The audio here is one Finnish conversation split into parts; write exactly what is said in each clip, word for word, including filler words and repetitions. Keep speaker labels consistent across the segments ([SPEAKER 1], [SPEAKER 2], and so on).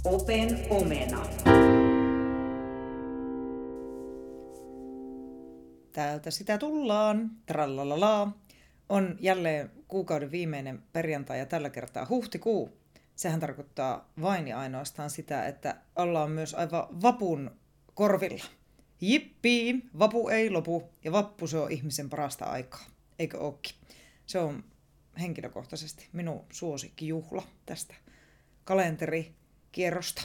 [SPEAKER 1] Open omena. Täältä sitä tullaan. Trallalala. On jälleen kuukauden viimeinen perjantai ja tällä kertaa huhtikuu. Sehän tarkoittaa vain ja ainoastaan sitä, että ollaan myös aivan vapun korvilla. Jippii, vapu ei lopu ja vappu se on ihmisen parasta aikaa. Eikö ookin? Se on henkilökohtaisesti minun suosikkijuhla tästä kalenterikierrosta.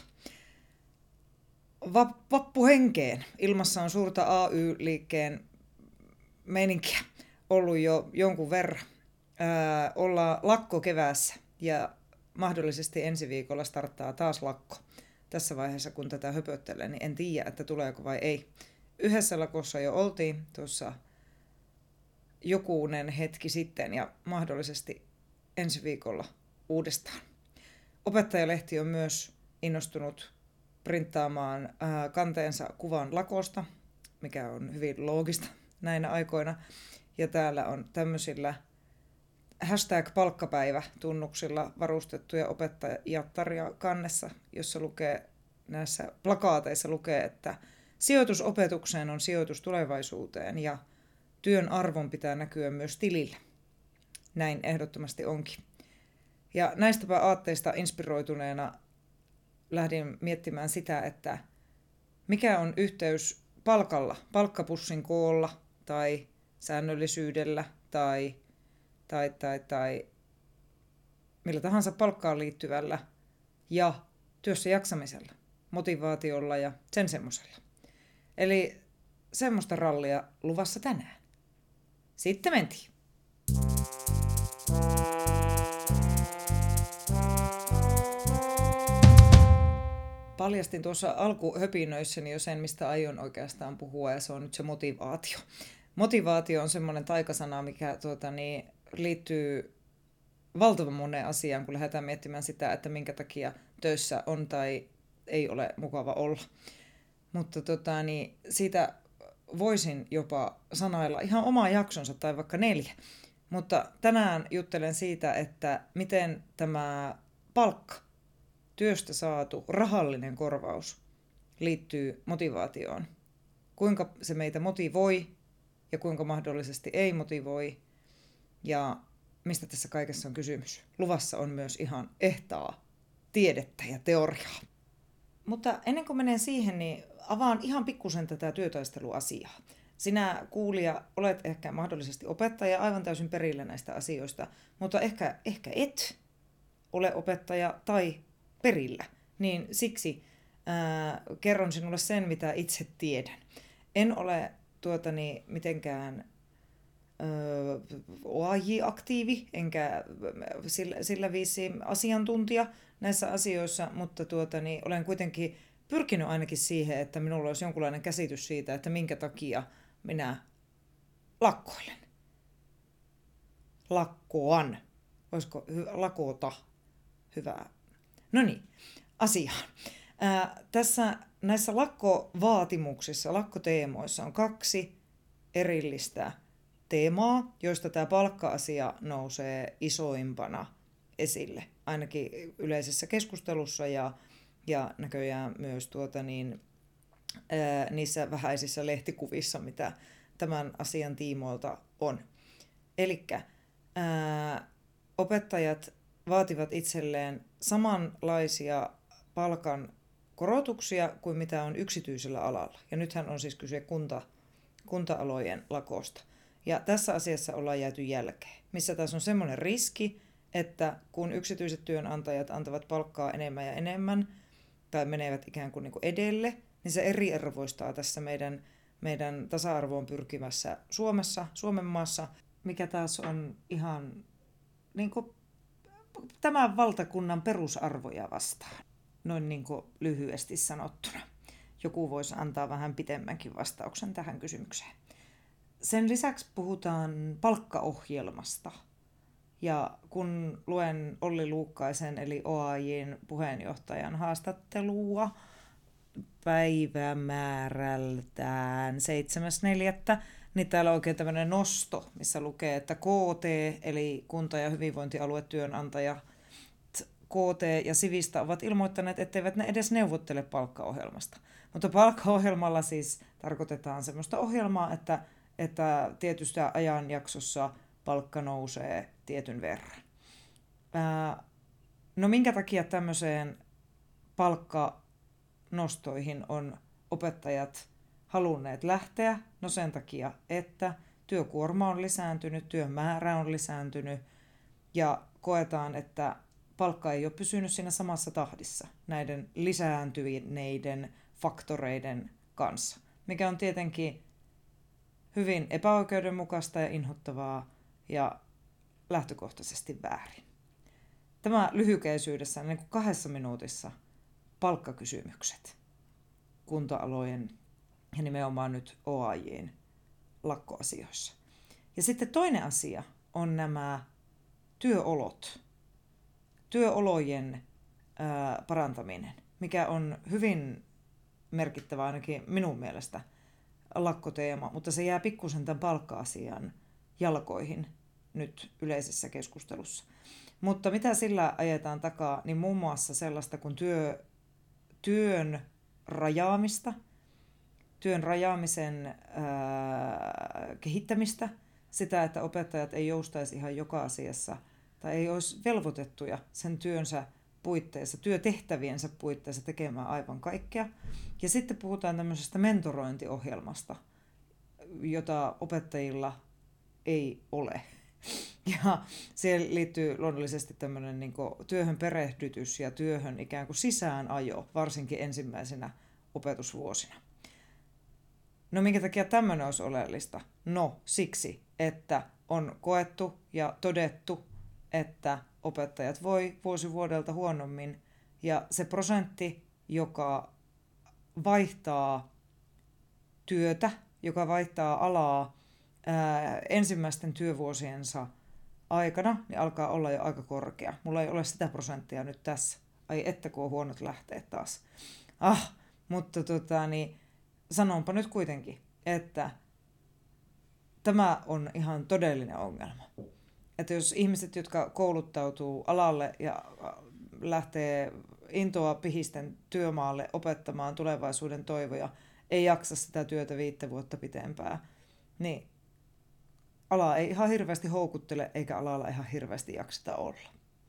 [SPEAKER 1] Vappuhenkeen. Ilmassa on suurta A Y-liikkeen meininkiä ollut jo jonkun verran. Ää, ollaan lakko keväässä ja mahdollisesti ensi viikolla starttaa taas lakko. Tässä vaiheessa, kun tätä höpöttelee, niin en tiedä, että tuleeko vai ei. Yhdessä lakossa jo oltiin tuossa jokunen hetki sitten ja mahdollisesti ensi viikolla uudestaan. Opettajalehti on myös innostunut printtaamaan ää, kanteensa kuvan lakosta, mikä on hyvin loogista näinä aikoina. Ja täällä on tämmöisillä hashtag palkkapäivä-tunnuksilla varustettuja opettajattaria kannessa, jossa lukee, näissä plakaateissa lukee, että sijoitus opetukseen on sijoitus tulevaisuuteen ja työn arvon pitää näkyä myös tilillä. Näin ehdottomasti onkin. Ja näistäpä aatteista inspiroituneena lähdin miettimään sitä, että mikä on yhteys palkalla, palkkapussin koolla tai säännöllisyydellä tai, tai, tai, tai millä tahansa palkkaan liittyvällä ja työssä jaksamisella, motivaatiolla ja sen semmosella. Eli semmoista rallia luvassa tänään. Sitten mentiin. Paljastin tuossa alkuhöpinöissäni jo sen, mistä aion oikeastaan puhua, ja se on nyt se motivaatio. Motivaatio on semmoinen taikasana, mikä tuota, niin, liittyy valtavan moneen asiaan, kun lähdetään miettimään sitä, että minkä takia töissä on tai ei ole mukava olla. Mutta tota, niin, siitä voisin jopa sanailla ihan omaa jaksonsa tai vaikka neljä. Mutta tänään juttelen siitä, että miten tämä palkka, työstä saatu rahallinen korvaus liittyy motivaatioon. Kuinka se meitä motivoi ja kuinka mahdollisesti ei motivoi ja mistä tässä kaikessa on kysymys. Luvassa on myös ihan ehtaa tiedettä ja teoriaa. Mutta ennen kuin menen siihen, niin avaan ihan pikkusen tätä työtaisteluasiaa. Sinä kuulija olet ehkä mahdollisesti opettaja aivan täysin perillä näistä asioista, mutta ehkä, ehkä et ole opettaja tai perillä, niin siksi ää, kerron sinulle sen, mitä itse tiedän. En ole tuotani mitenkään ö, O A J-aktiivi, enkä sillä, sillä viisi asiantuntija näissä asioissa, mutta tuotani, olen kuitenkin pyrkinyt ainakin siihen, että minulla olisi jonkunlainen käsitys siitä, että minkä takia minä lakkoilen. Lakkoan. Voisiko hy- lakota? Hyvä. No niin, asiaan. Ää, tässä näissä lakkovaatimuksissa, lakkoteemoissa on kaksi erillistä teemaa, joista tämä palkka-asia nousee isoimpana esille, ainakin yleisessä keskustelussa ja, ja näköjään myös tuota niin, ää, niissä vähäisissä lehtikuvissa, mitä tämän asian tiimoilta on. Elikkä ää, opettajat vaativat itselleen samanlaisia palkan korotuksia kuin mitä on yksityisellä alalla. Ja nythän on siis kyse kunta, kunta-alojen lakosta. Ja tässä asiassa ollaan jääty jälkeen, missä taas on semmoinen riski, että kun yksityiset työnantajat antavat palkkaa enemmän ja enemmän, tai menevät ikään kuin, niin kuin edelle, niin se eriarvoistaa tässä meidän, meidän tasa-arvoon pyrkivässä Suomessa, Suomen maassa, mikä taas on ihan niin kuin tämän valtakunnan perusarvoja vastaan, noin niin kuin lyhyesti sanottuna. Joku voisi antaa vähän pitemmänkin vastauksen tähän kysymykseen. Sen lisäksi puhutaan palkkaohjelmasta. Ja kun luen Olli Luukkaisen eli O A J:n puheenjohtajan haastattelua päivämäärältään seitsemäs neljättä, niin täällä on oikein tämmöinen nosto, missä lukee, että K T eli kunta- ja hyvinvointialuetyönantaja K T ja Sivista ovat ilmoittaneet, etteivät ne edes neuvottele palkkaohjelmasta. Mutta palkkaohjelmalla siis tarkoitetaan sellaista ohjelmaa, että, että tietystä ajanjaksossa palkka nousee tietyn verran. Ää, no minkä takia tämmöiseen palkkanostoihin on opettajat halunneet lähteä? No sen takia, että työkuorma on lisääntynyt, työn määrä on lisääntynyt ja koetaan, että palkka ei ole pysynyt siinä samassa tahdissa näiden lisääntyneiden faktoreiden kanssa, mikä on tietenkin hyvin epäoikeudenmukaista ja inhottavaa ja lähtökohtaisesti väärin. Tämä lyhykäisyydessä niin kuin kahdessa minuutissa palkkakysymykset kunta-alojen ja nimenomaan nyt O A J:n lakkoasioissa. Ja sitten toinen asia on nämä työolot, työolojen ää, parantaminen, mikä on hyvin merkittävä ainakin minun mielestä lakkoteema, mutta se jää pikkusen tämän palkka-asian jalkoihin nyt yleisessä keskustelussa. Mutta mitä sillä ajetaan takaa, niin muun muassa sellaista kuin työ, työn rajaamista, työn rajaamisen ää, kehittämistä, sitä, että opettajat ei joustaisi ihan joka asiassa tai ei olisi velvoitettuja sen työnsä puitteissa, työtehtäviensä puitteissa tekemään aivan kaikkea. Ja sitten puhutaan tämmöisestä mentorointiohjelmasta, jota opettajilla ei ole. Ja siihen liittyy luonnollisesti tämmöinen niin kuin työhön perehdytys ja työhön ikään kuin sisäänajo, varsinkin ensimmäisenä opetusvuosina. No minkä takia tämmöinen olisi oleellista? No siksi, että on koettu ja todettu, että opettajat voi vuosi vuodelta huonommin ja se prosentti, joka vaihtaa työtä, joka vaihtaa alaa ää, ensimmäisten työvuosiensa aikana, niin alkaa olla jo aika korkea. Mulla ei ole sitä prosenttia nyt tässä. Ai että kun on huonot lähteet taas. Ah, mutta tota, niin, sanonpa nyt kuitenkin, että tämä on ihan todellinen ongelma. Että jos ihmiset, jotka kouluttautuu alalle ja lähtee intoa pihisten työmaalle opettamaan tulevaisuuden toivoja, ei jaksa sitä työtä viittä vuotta pitempään, niin ala ei ihan hirveästi houkuttele, eikä alalla ihan hirveästi jakseta olla.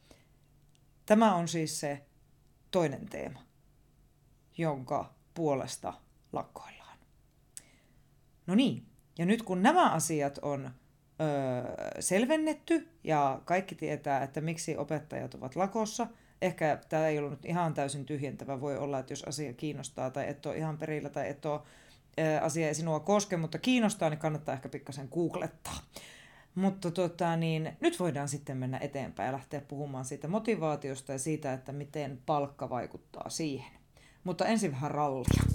[SPEAKER 1] Tämä on siis se toinen teema, jonka puolesta lakkoillaan. No niin, ja nyt kun nämä asiat on öö, selvennetty ja kaikki tietää, että miksi opettajat ovat lakossa, ehkä tämä ei ollut nyt ihan täysin tyhjentävä, voi olla, että jos asia kiinnostaa tai et ole ihan perillä tai et ole ää, asia ei sinua koske, mutta kiinnostaa, niin kannattaa ehkä pikkasen googlettaa. Mutta tota, niin, nyt voidaan sitten mennä eteenpäin ja lähteä puhumaan siitä motivaatiosta ja siitä, että miten palkka vaikuttaa siihen. Mutta ensin vähän rallia.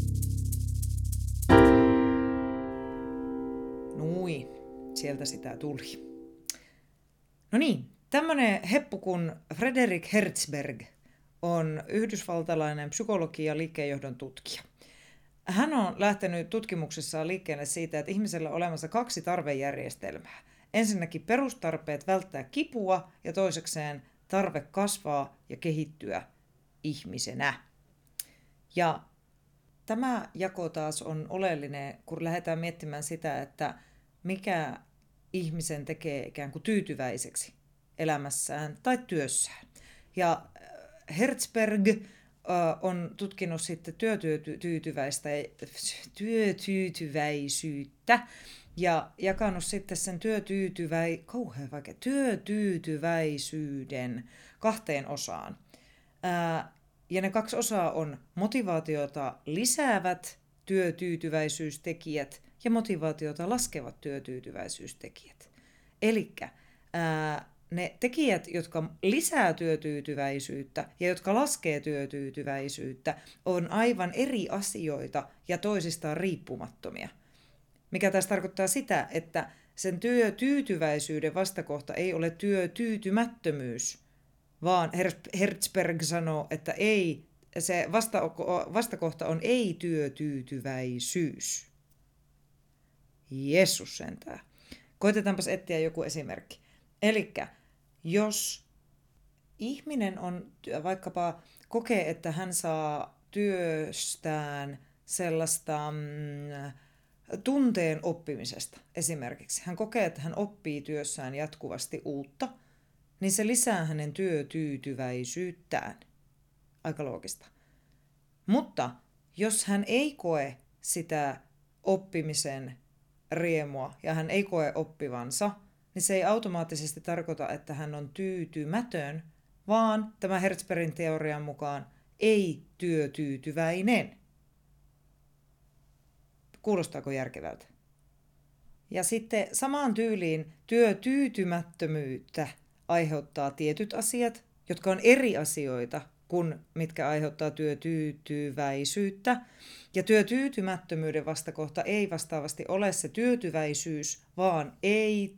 [SPEAKER 1] Nui, sieltä sitä tuli. No niin, tämmöinen heppu kuin Frederick Herzberg on yhdysvaltalainen psykologi ja liikkeenjohdon tutkija. Hän on lähtenyt tutkimuksessaan liikkeelle siitä, että ihmisellä on olemassa kaksi tarvejärjestelmää. Ensinnäkin perustarpeet välttää kipua ja toisekseen tarve kasvaa ja kehittyä ihmisenä. Ja tämä jako taas on oleellinen, kun lähdetään miettimään sitä, että mikä ihmisen tekee ikään kuin tyytyväiseksi elämässään tai työssään. Ja Herzberg on tutkinut sitten työtyytyväistä, työtyytyväisyyttä ja jakanut sitten sen työtyytyväi, kauhean vaikea, työtyytyväisyyden kahteen osaan. Ja ne kaksi osaa on motivaatiota lisäävät työtyytyväisyystekijät ja motivaatiota laskevat työtyytyväisyystekijät. Elikkä ne tekijät, jotka lisää työtyytyväisyyttä ja jotka laskee työtyytyväisyyttä, on aivan eri asioita ja toisistaan riippumattomia. Mikä taas tarkoittaa sitä, että sen työtyytyväisyyden vastakohta ei ole työtyytymättömyys, vaan Herzberg sanoo, että ei, se vasta, vastakohta on ei-työtyytyväisyys. Jeesus sentään. Koitetaanpas etsiä joku esimerkki. Elikkä jos ihminen on vaikkapa kokee, että hän saa työstään sellaista mm, tunteen oppimisesta esimerkiksi. Hän kokee, että hän oppii työssään jatkuvasti uutta, niin se lisää hänen työtyytyväisyyttään. Aika loogista. Mutta jos hän ei koe sitä oppimisen riemua ja hän ei koe oppivansa, niin se ei automaattisesti tarkoita, että hän on tyytymätön, vaan tämä Herzbergin teorian mukaan ei työtyytyväinen. Kuulostaako järkevältä? Ja sitten samaan tyyliin työtyytymättömyyttä aiheuttaa tietyt asiat, jotka on eri asioita kuin mitkä aiheuttaa työtyytyväisyyttä. Ja työtyytymättömyyden vastakohta ei vastaavasti ole se tyytyväisyys, vaan ei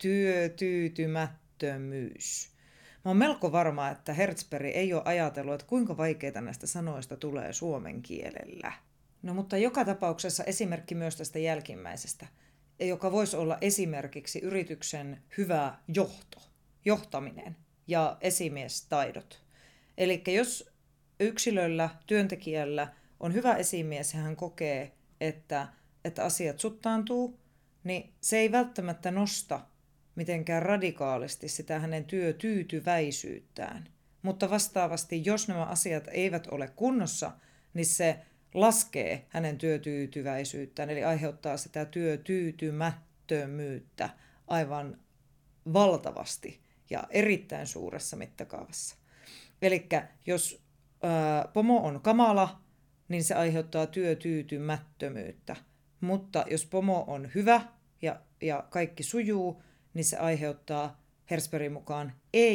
[SPEAKER 1] työtyytymättömyys. Mä oon melko varma, että Herzberg ei ole ajatellut, että kuinka vaikeita näistä sanoista tulee suomen kielellä. No mutta joka tapauksessa esimerkki myös tästä jälkimmäisestä, joka voisi olla esimerkiksi yrityksen hyvä johto, johtaminen ja esimiestaidot. Eli jos yksilöllä, työntekijällä on hyvä esimies ja hän kokee, että, että asiat suttaantuu, niin se ei välttämättä nosta mitenkään radikaalisti sitä hänen työtyytyväisyyttään. Mutta vastaavasti, jos nämä asiat eivät ole kunnossa, niin se laskee hänen työtyytyväisyyttään, eli aiheuttaa sitä työtyytymättömyyttä aivan valtavasti ja erittäin suuressa mittakaavassa. Eli jos ää, pomo on kamala, niin se aiheuttaa työtyytymättömyyttä. Mutta jos pomo on hyvä ja, ja kaikki sujuu, niin se aiheuttaa Herzbergin mukaan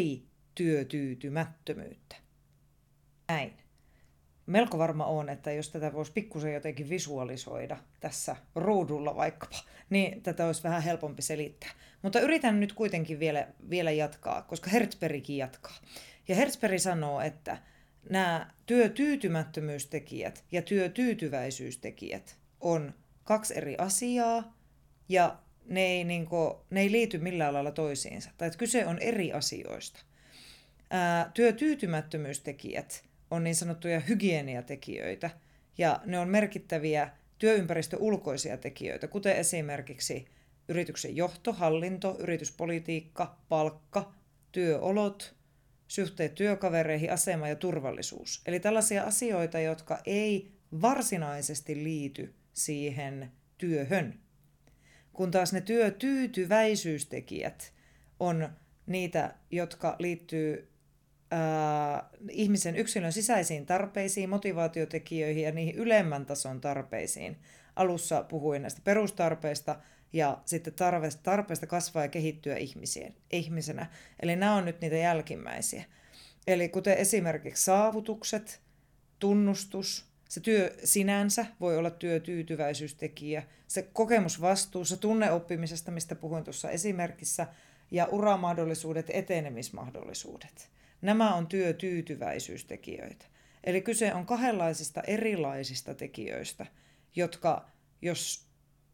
[SPEAKER 1] ei-työtyytymättömyyttä. Näin. Melko varma on, että jos tätä voisi pikkusen jotenkin visualisoida tässä ruudulla vaikkapa, niin tätä olisi vähän helpompi selittää. Mutta yritän nyt kuitenkin vielä, vielä jatkaa, koska Herzbergkin jatkaa. Ja Herzberg sanoo, että nämä työtyytymättömyystekijät ja työtyytyväisyystekijät on kaksi eri asiaa ja ne ei, niin kuin, ne ei liity millään lailla toisiinsa. Tai että kyse on eri asioista. Ää, työtyytymättömyystekijät on niin sanottuja hygieniatekijöitä ja ne on merkittäviä työympäristön ulkoisia tekijöitä, kuten esimerkiksi yrityksen johto, hallinto, yrityspolitiikka, palkka, työolot, suhteet työkavereihin, asema ja turvallisuus. Eli tällaisia asioita, jotka ei varsinaisesti liity siihen työhön. Kun taas ne työtyytyväisyystekijät on niitä, jotka liittyy ää, ihmisen yksilön sisäisiin tarpeisiin, motivaatiotekijöihin ja niihin ylemmän tason tarpeisiin. Alussa puhuin näistä perustarpeista ja sitten tarpeesta, tarpeesta kasvaa ja kehittyä ihmisenä. Eli nämä on nyt niitä jälkimmäisiä. Eli kuten esimerkiksi saavutukset, tunnustus, se työ sinänsä voi olla työtyytyväisyystekijä, se kokemus vastuussa, tunneoppimisesta, mistä puhuin tuossa esimerkissä, ja uramahdollisuudet, etenemismahdollisuudet. Nämä on työtyytyväisyystekijöitä. Eli kyse on kahdenlaisista erilaisista tekijöistä, jotka, jos,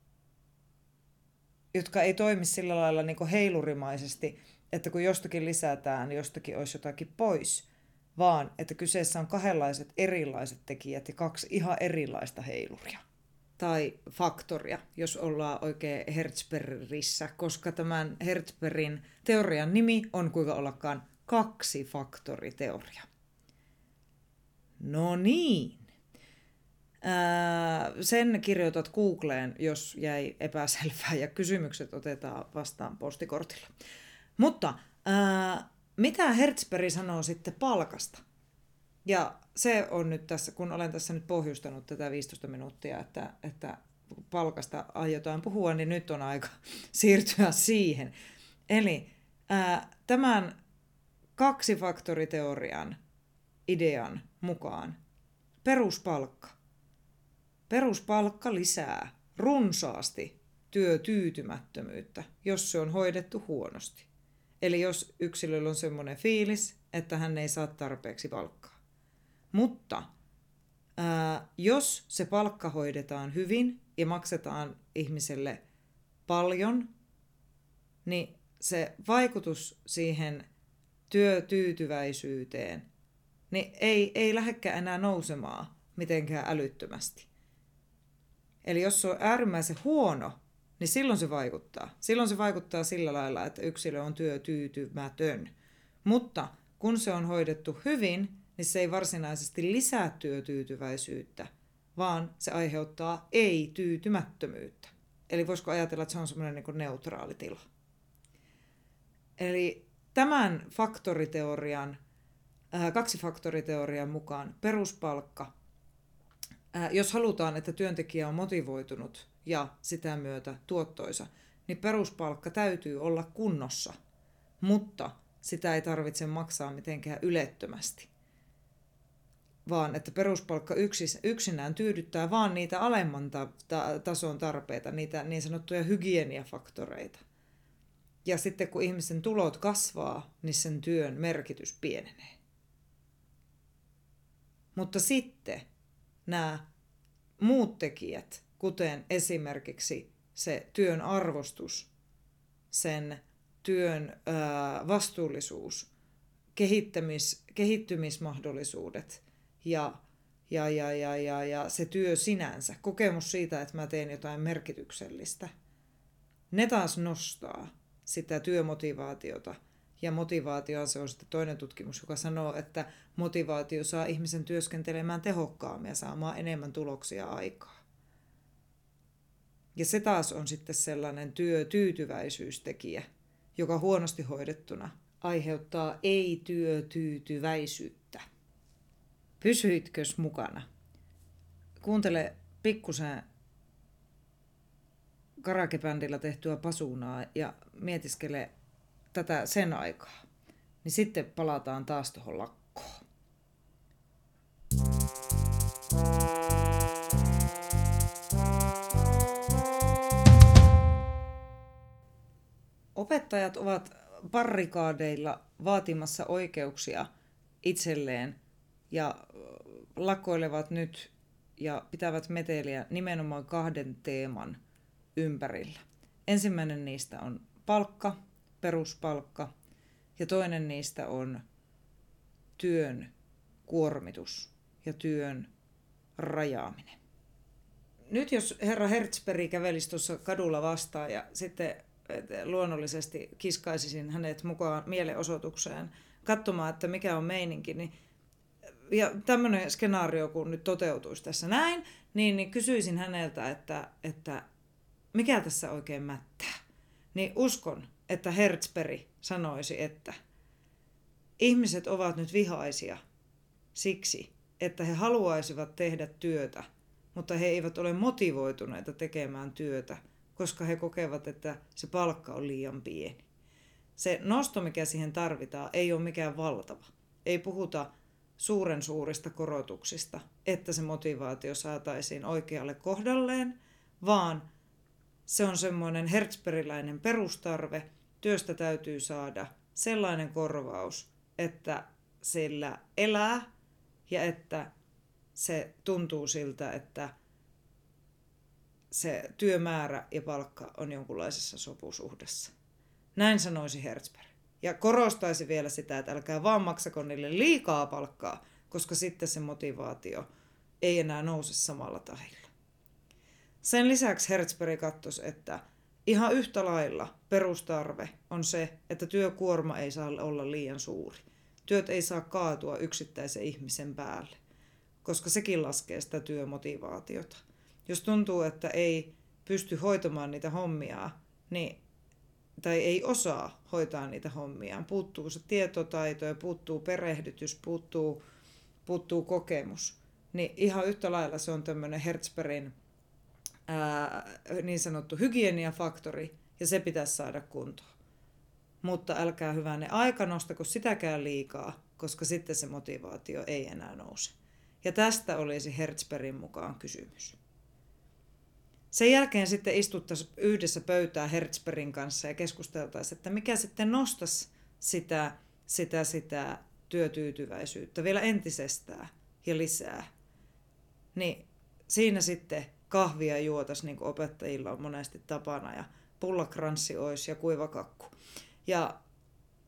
[SPEAKER 1] jotka ei toimi sillä lailla niin kuin heilurimaisesti, että kun jostakin lisätään, niin jostakin olisi jotakin pois, vaan että kyseessä on kahdenlaiset erilaiset tekijät ja kaksi ihan erilaista heiluria. Tai faktoria, jos ollaan oikein Herzbergissä, koska tämän Herzbergin teorian nimi on kuinka ollakaan kaksifaktoriteoria. No niin. Ää, sen kirjoitat Googleen, jos jäi epäselvää ja kysymykset otetaan vastaan postikortilla. Mutta ää, mitä Herzberg sanoo sitten palkasta? Ja se on nyt tässä, kun olen tässä nyt pohjustanut tätä viisitoista minuuttia, että, että palkasta aiotaan puhua, niin nyt on aika siirtyä siihen. Eli ää, tämän kaksifaktoriteorian idean mukaan peruspalkka. Peruspalkka lisää runsaasti työtyytymättömyyttä, jos se on hoidettu huonosti. Eli jos yksilöllä on semmoinen fiilis, että hän ei saa tarpeeksi palkkaa. Mutta ää, jos se palkka hoidetaan hyvin ja maksetaan ihmiselle paljon, niin se vaikutus siihen työtyytyväisyyteen, niin ei, ei lähdekään enää nousemaan mitenkään älyttömästi. Eli jos se on äärimmäisen huono, niin silloin se vaikuttaa. Silloin se vaikuttaa sillä lailla, että yksilö on työtyytymätön. Mutta kun se on hoidettu hyvin, niin se ei varsinaisesti lisää työtyytyväisyyttä, vaan se aiheuttaa ei-tyytymättömyyttä. Eli voisiko ajatella, että se on semmoinen niin kuin neutraali tila. Eli tämän faktoriteorian, äh, kaksifaktoriteorian mukaan peruspalkka, äh, jos halutaan, että työntekijä on motivoitunut ja sitä myötä tuottoisa, niin peruspalkka täytyy olla kunnossa, mutta sitä ei tarvitse maksaa mitenkään ylettömästi, vaan että peruspalkka yksinään tyydyttää vaan niitä alemman ta- ta- tason tarpeita, niitä niin sanottuja hygieniafaktoreita. Ja sitten kun ihmisen tulot kasvaa, niin sen työn merkitys pienenee. Mutta sitten nämä muut tekijät, kuten esimerkiksi se työn arvostus, sen työn ää, vastuullisuus, kehittämis, kehittymismahdollisuudet ja, ja, ja, ja, ja, ja se työ sinänsä, kokemus siitä, että mä teen jotain merkityksellistä, ne taas nostaa sitä työmotivaatiota. Ja motivaatio, se on sitten toinen tutkimus, joka sanoo, että motivaatio saa ihmisen työskentelemään tehokkaammin ja saamaan enemmän tuloksia aikaa. Ja se taas on sitten sellainen työtyytyväisyystekijä, joka huonosti hoidettuna aiheuttaa ei-työtyytyväisyyttä. Pysyitkös mukana? Kuuntele pikkusen karakebändillä tehtyä pasuunaa ja mietiskele tätä sen aikaa. Niin sitten palataan taas tuohon lakkoon. Opettajat ovat barrikaadeilla vaatimassa oikeuksia itselleen ja lakkoilevat nyt ja pitävät meteliä nimenomaan kahden teeman ympärillä. Ensimmäinen niistä on palkka, peruspalkka, ja toinen niistä on työn kuormitus ja työn rajaaminen. Nyt jos herra Hertzberg kävelisi tuossa kadulla vastaan ja sitten luonnollisesti kiskaisisin hänet mukaan mielenosoitukseen katsomaan, että mikä on meininki, niin ja tämmöinen skenaario, kun nyt toteutuisi tässä näin, niin, niin kysyisin häneltä, että, että mikä tässä oikein mättää. Niin uskon, että Hertzberg sanoisi, että ihmiset ovat nyt vihaisia siksi, että he haluaisivat tehdä työtä, mutta he eivät ole motivoituneita tekemään työtä, koska he kokevat, että se palkka on liian pieni. Se nosto, mikä siihen tarvitaan, ei ole mikään valtava. Ei puhuta suuren suurista korotuksista, että se motivaatio saataisiin oikealle kohdalleen, vaan se on semmoinen hertzbergiläinen perustarve. Työstä täytyy saada sellainen korvaus, että sillä elää ja että se tuntuu siltä, että se työmäärä ja palkka on jonkunlaisessa sopusuhdessa. Näin sanoisi Hertzberg. Ja korostaisi vielä sitä, että älkää vaan maksako niille liikaa palkkaa, koska sitten se motivaatio ei enää nouse samalla tahdilla. Sen lisäksi Hertzberg katsoisi, että ihan yhtä lailla perustarve on se, että työkuorma ei saa olla liian suuri. Työt ei saa kaatua yksittäisen ihmisen päälle, koska sekin laskee sitä työmotivaatiota. Jos tuntuu, että ei pysty hoitamaan niitä hommia, niin, tai ei osaa hoitaa niitä hommia, puuttuu se tietotaito ja puuttuu perehdytys, puuttuu, puuttuu kokemus, niin ihan yhtä lailla se on tämmöinen Hertzbergin ää, niin sanottu hygieniafaktori, ja se pitäisi saada kuntoon. Mutta älkää hyvänne aika nostako sitäkään liikaa, koska sitten se motivaatio ei enää nouse. Ja tästä olisi Hertzbergin mukaan kysymys. Sen jälkeen sitten istuttaisiin yhdessä pöytää Hertzbergin kanssa ja keskusteltaisiin, että mikä sitten nostaisi sitä, sitä, sitä työtyytyväisyyttä vielä entisestään ja lisää. Niin siinä sitten kahvia juotaisiin, niin kuin opettajilla on monesti tapana, ja pullakranssi olisi ja kuiva kakku. Ja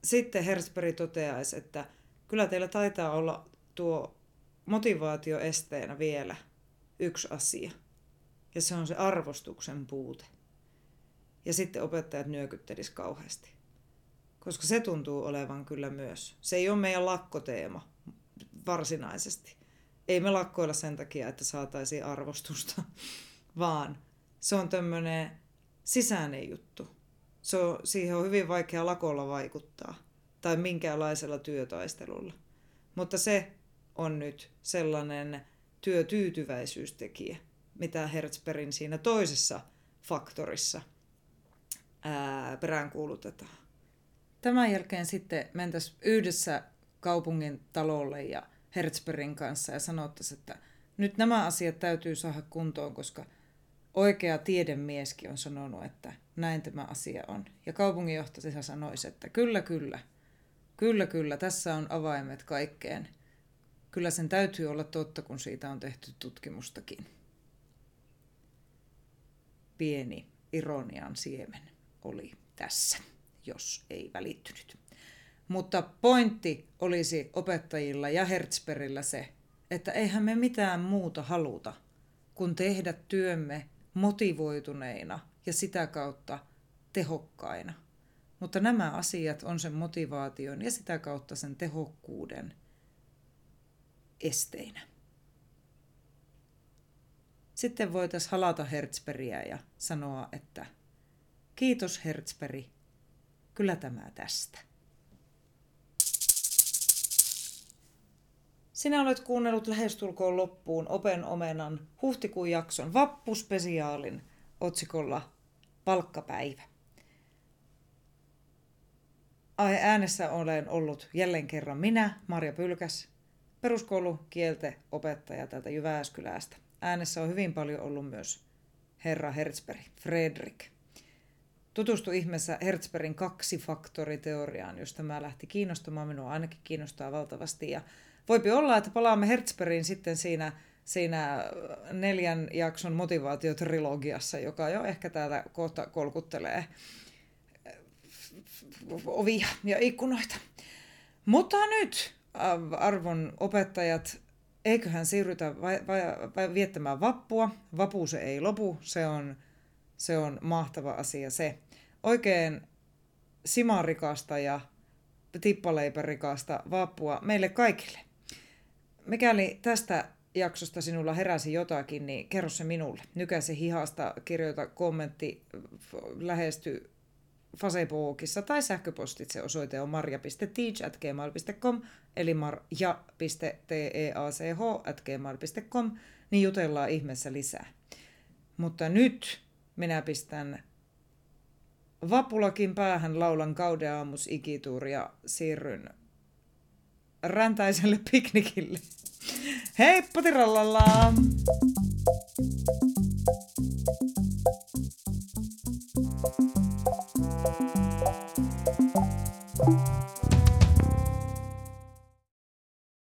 [SPEAKER 1] sitten Hertzberg toteaisi, että kyllä teillä taitaa olla tuo motivaatioesteenä vielä yksi asia. Ja se on se arvostuksen puute. Ja sitten opettajat nyökyttelis kauheasti. Koska se tuntuu olevan kyllä myös. Se ei ole meidän lakkoteema varsinaisesti. Ei me lakkoilla sen takia, että saataisiin arvostusta, vaan se on tämmöinen sisäinen juttu. Se on, siihen on hyvin vaikea lakolla vaikuttaa tai minkäänlaisella työtaistelulla. Mutta se on nyt sellainen työtyytyväisyystekijä, mitä Hertzbergin siinä toisessa faktorissa ää, peräänkuulutetaan. Tämän jälkeen sitten mentäisiin yhdessä kaupungin talolle ja Hertzbergin kanssa ja sanottaisiin, että nyt nämä asiat täytyy saada kuntoon, koska oikea tiedemieskin on sanonut, että näin tämä asia on. Ja kaupunginjohtaja sanoisi, että kyllä, kyllä, kyllä, kyllä, tässä on avaimet kaikkeen. Kyllä sen täytyy olla totta, kun siitä on tehty tutkimustakin. Pieni ironian siemen oli tässä, jos ei välittynyt. Mutta pointti olisi opettajilla ja Hertzbergillä se, että eihän me mitään muuta haluta kuin tehdä työmme motivoituneina ja sitä kautta tehokkaina. Mutta nämä asiat on sen motivaation ja sitä kautta sen tehokkuuden esteinä. Sitten voitaisiin halata Hertzbergiä ja sanoa, että kiitos Hertzberg, kyllä tämä tästä. Sinä olet kuunnellut lähestulkoon loppuun Open Omenan huhtikuun jakson vappuspesiaalin otsikolla Palkkapäivä. Ai äänessä olen ollut jälleen kerran minä, Marja Pylkäs, peruskoulukielten opettaja täältä Jyväskylästä. Äänessä on hyvin paljon ollut myös herra Hertzberg, Fredrik. Tutustu ihmeessä Hertzbergin kaksifaktoriteoriaan, josta tämä lähti kiinnostamaan. Minua ainakin kiinnostaa valtavasti. Ja voipi olla, että palaamme Hertzbergiin sitten siinä, siinä neljän jakson motivaatiotrilogiassa, joka jo ehkä täällä kohta kolkuttelee ovia ja ikkunoita. Mutta nyt, arvon opettajat, eiköhän siirrytä vai, vai, vai viettämään vappua. Vapu se ei lopu, se on, se on mahtava asia se. Oikein simarikasta ja tippaleiperikasta vappua meille kaikille. Mikäli tästä jaksosta sinulla heräsi jotakin, niin kerro se minulle. Nykäise hihasta, kirjoita kommentti, lähesty Facebookissa tai sähköpostitse. Osoite on marja piste teach at gmail piste com eli marja piste teach at gmail piste com, niin jutellaan ihmeessä lisää. Mutta nyt minä pistän vapulakin päähän, laulan Gaudeamus igitur ja siirryn räntäiselle piknikille. Hei, potirallalla!